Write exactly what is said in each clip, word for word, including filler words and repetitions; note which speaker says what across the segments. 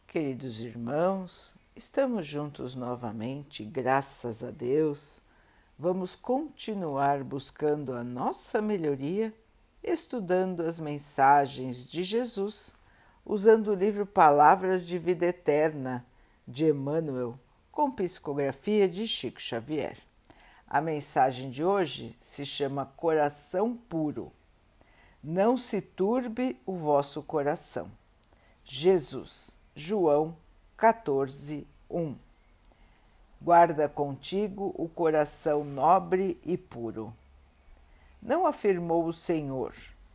Speaker 1: Queridos irmãos, estamos juntos novamente, graças a Deus. Vamos continuar buscando a nossa melhoria, estudando as mensagens de Jesus, usando o livro Palavras de Vida Eterna, de Emmanuel, com psicografia de Chico Xavier. A mensagem de hoje se chama Coração Puro. Não se turbe o vosso coração. Jesus, João quatorze, um. Guarda contigo o coração nobre e puro. Não afirmou o Senhor: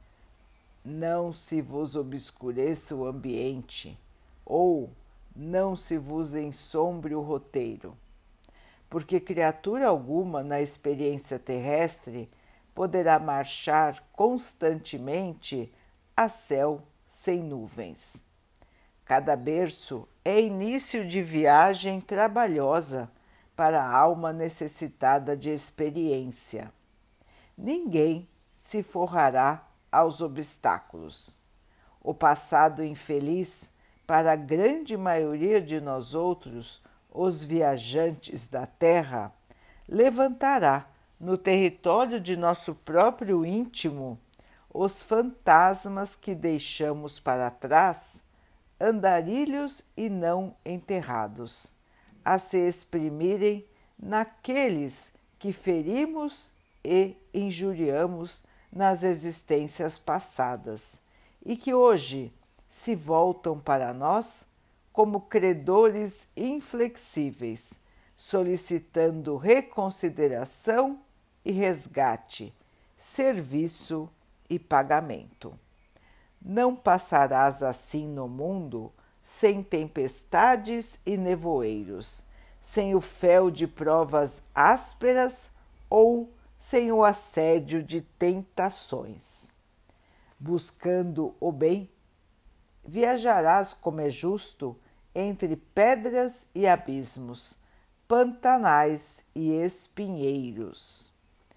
Speaker 1: não se vos obscureça o ambiente, ou não se vos ensombre o roteiro, porque criatura alguma na experiência terrestre poderá marchar constantemente a céu sem nuvens. Cada berço é início de viagem trabalhosa para a alma necessitada de experiência. Ninguém se forrará aos obstáculos. O passado infeliz, para a grande maioria de nós outros, os viajantes da terra, levantará no território de nosso próprio íntimo os fantasmas que deixamos para trás, andarilhos e não enterrados, a se exprimirem naqueles que ferimos e injuriamos nas existências passadas e que hoje se voltam para nós como credores inflexíveis, solicitando reconsideração e resgate, serviço e pagamento. Não passarás assim no mundo sem tempestades e nevoeiros, sem o fel de provas ásperas ou sem o assédio de tentações. Buscando o bem, viajarás como é justo entre pedras e abismos, pantanais e espinheiros.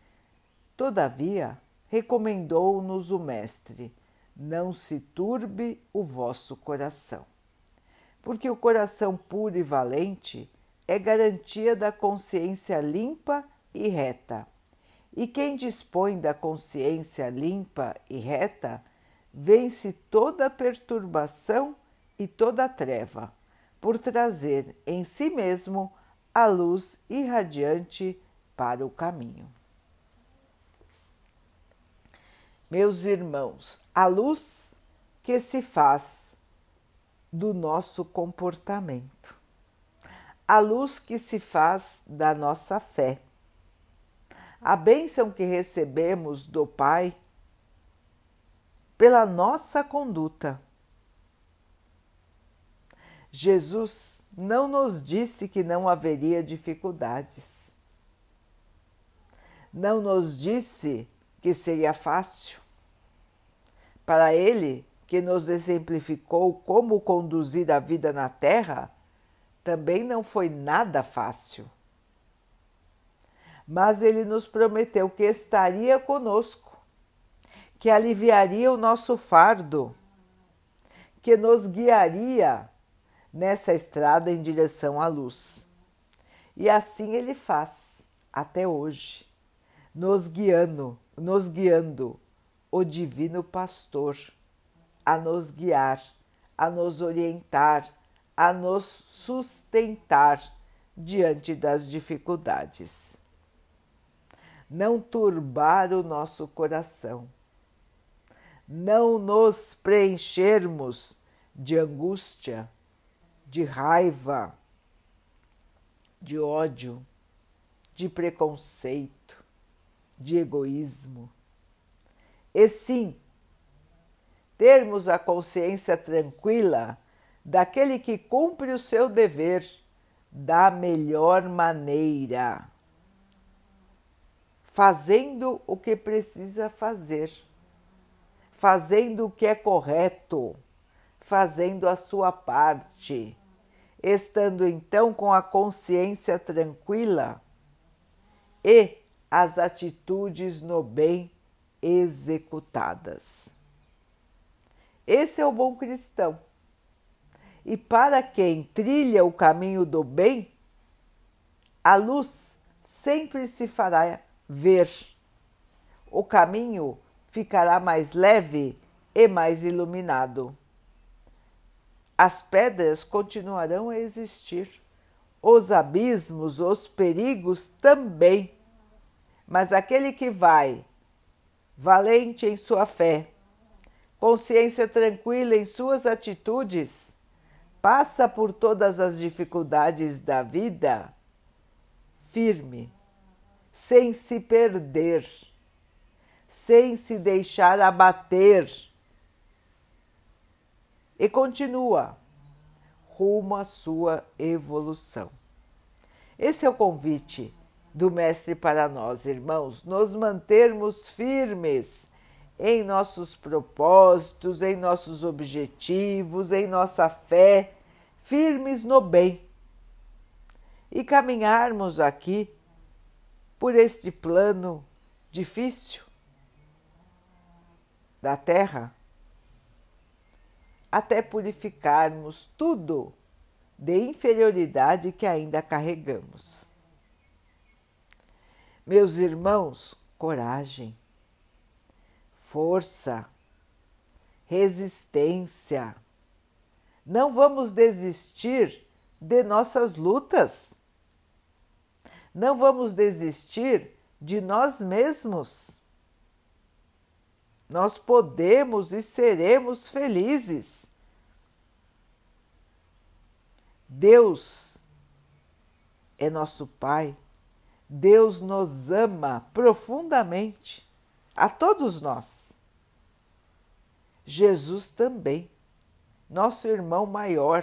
Speaker 1: Todavia, recomendou-nos o Mestre: não se turbe o vosso coração, porque o coração puro e valente é garantia da consciência limpa e reta. E quem dispõe da consciência limpa e reta, vence toda perturbação e toda treva, por trazer em si mesmo a luz irradiante para o caminho. Meus irmãos, a luz que se faz do nosso comportamento, a luz que se faz da nossa fé, a bênção que recebemos do Pai pela nossa conduta. Jesus não nos disse que não haveria dificuldades, não nos disse que seria fácil. Para ele, que nos exemplificou como conduzir a vida na Terra, também não foi nada fácil. Mas ele nos prometeu que estaria conosco, que aliviaria o nosso fardo, que nos guiaria nessa estrada em direção à luz. E assim ele faz, até hoje, nos guiando, nos guiando, o Divino Pastor, a nos guiar, a nos orientar, a nos sustentar diante das dificuldades. Não turbar o nosso coração, não nos preenchermos de angústia, de raiva, de ódio, de preconceito, de egoísmo. E sim, termos a consciência tranquila daquele que cumpre o seu dever da melhor maneira, fazendo o que precisa fazer, fazendo o que é correto, fazendo a sua parte, estando então com a consciência tranquila e as atitudes no bem executadas. Esse é o bom cristão. E para quem trilha o caminho do bem, a luz sempre se fará ver. O caminho ficará mais leve e mais iluminado. As pedras continuarão a existir, os abismos, os perigos também. Mas aquele que vai, valente em sua fé, consciência tranquila em suas atitudes, passa por todas as dificuldades da vida firme, sem se perder, sem se deixar abater, e continua rumo à sua evolução. Esse é o convite do Mestre para nós, irmãos, nos mantermos firmes em nossos propósitos, em nossos objetivos, em nossa fé, firmes no bem, e caminharmos aqui por este plano difícil da Terra, até purificarmos tudo de inferioridade que ainda carregamos. Meus irmãos, coragem, força, resistência. Não vamos desistir de nossas lutas. Não vamos desistir de nós mesmos. Nós podemos e seremos felizes. Deus é nosso Pai. Deus nos ama profundamente, a todos nós. Jesus também, nosso irmão maior.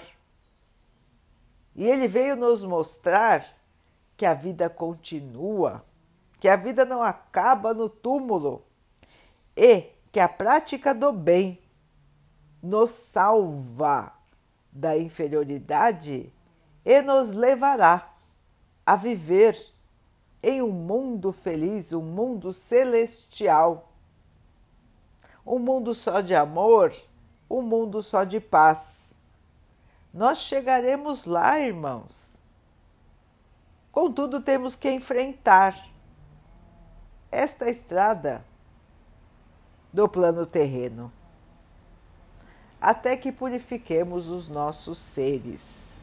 Speaker 1: E ele veio nos mostrar que a vida continua, que a vida não acaba no túmulo e que a prática do bem nos salva da inferioridade e nos levará a viver em um mundo feliz, um mundo celestial, um mundo só de amor, um mundo só de paz. Nós chegaremos lá, irmãos. Contudo, temos que enfrentar esta estrada do plano terreno, até que purifiquemos os nossos seres.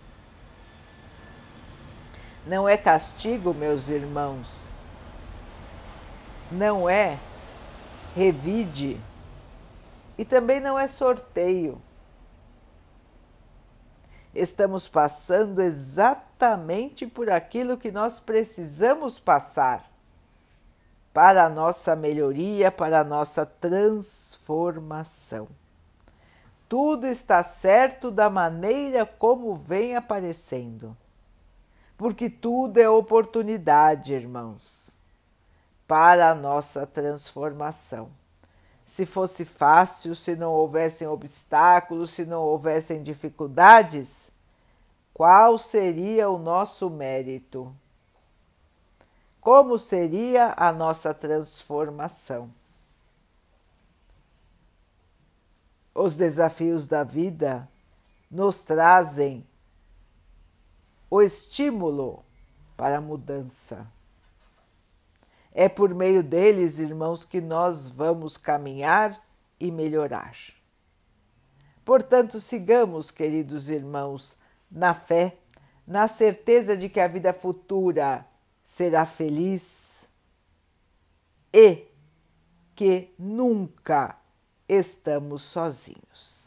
Speaker 1: Não é castigo, meus irmãos, não é revide e também não é sorteio. Estamos passando exatamente por aquilo que nós precisamos passar para a nossa melhoria, para a nossa transformação. Tudo está certo da maneira como vem aparecendo. Porque tudo é oportunidade, irmãos, para a nossa transformação. Se fosse fácil, se não houvessem obstáculos, se não houvessem dificuldades, qual seria o nosso mérito? Como seria a nossa transformação? Os desafios da vida nos trazem o estímulo para a mudança. É por meio deles, irmãos, que nós vamos caminhar e melhorar. Portanto, sigamos, queridos irmãos, na fé, na certeza de que a vida futura será feliz e que nunca estamos sozinhos.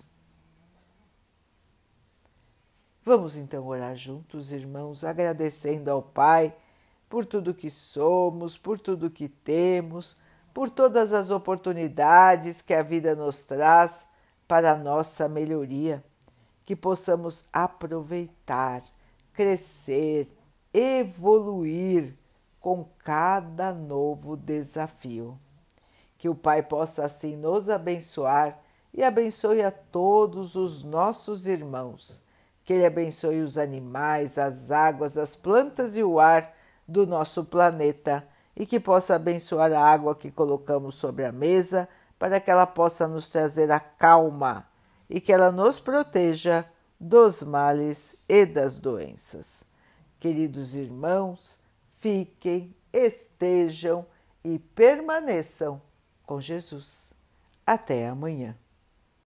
Speaker 1: Vamos então orar juntos, irmãos, agradecendo ao Pai por tudo que somos, por tudo que temos, por todas as oportunidades que a vida nos traz para a nossa melhoria, que possamos aproveitar, crescer, evoluir com cada novo desafio. Que o Pai possa assim nos abençoar e abençoe a todos os nossos irmãos. Que Ele abençoe os animais, as águas, as plantas e o ar do nosso planeta e que possa abençoar a água que colocamos sobre a mesa para que ela possa nos trazer a calma e que ela nos proteja dos males e das doenças. Queridos irmãos, fiquem, estejam e permaneçam com Jesus. Até amanhã.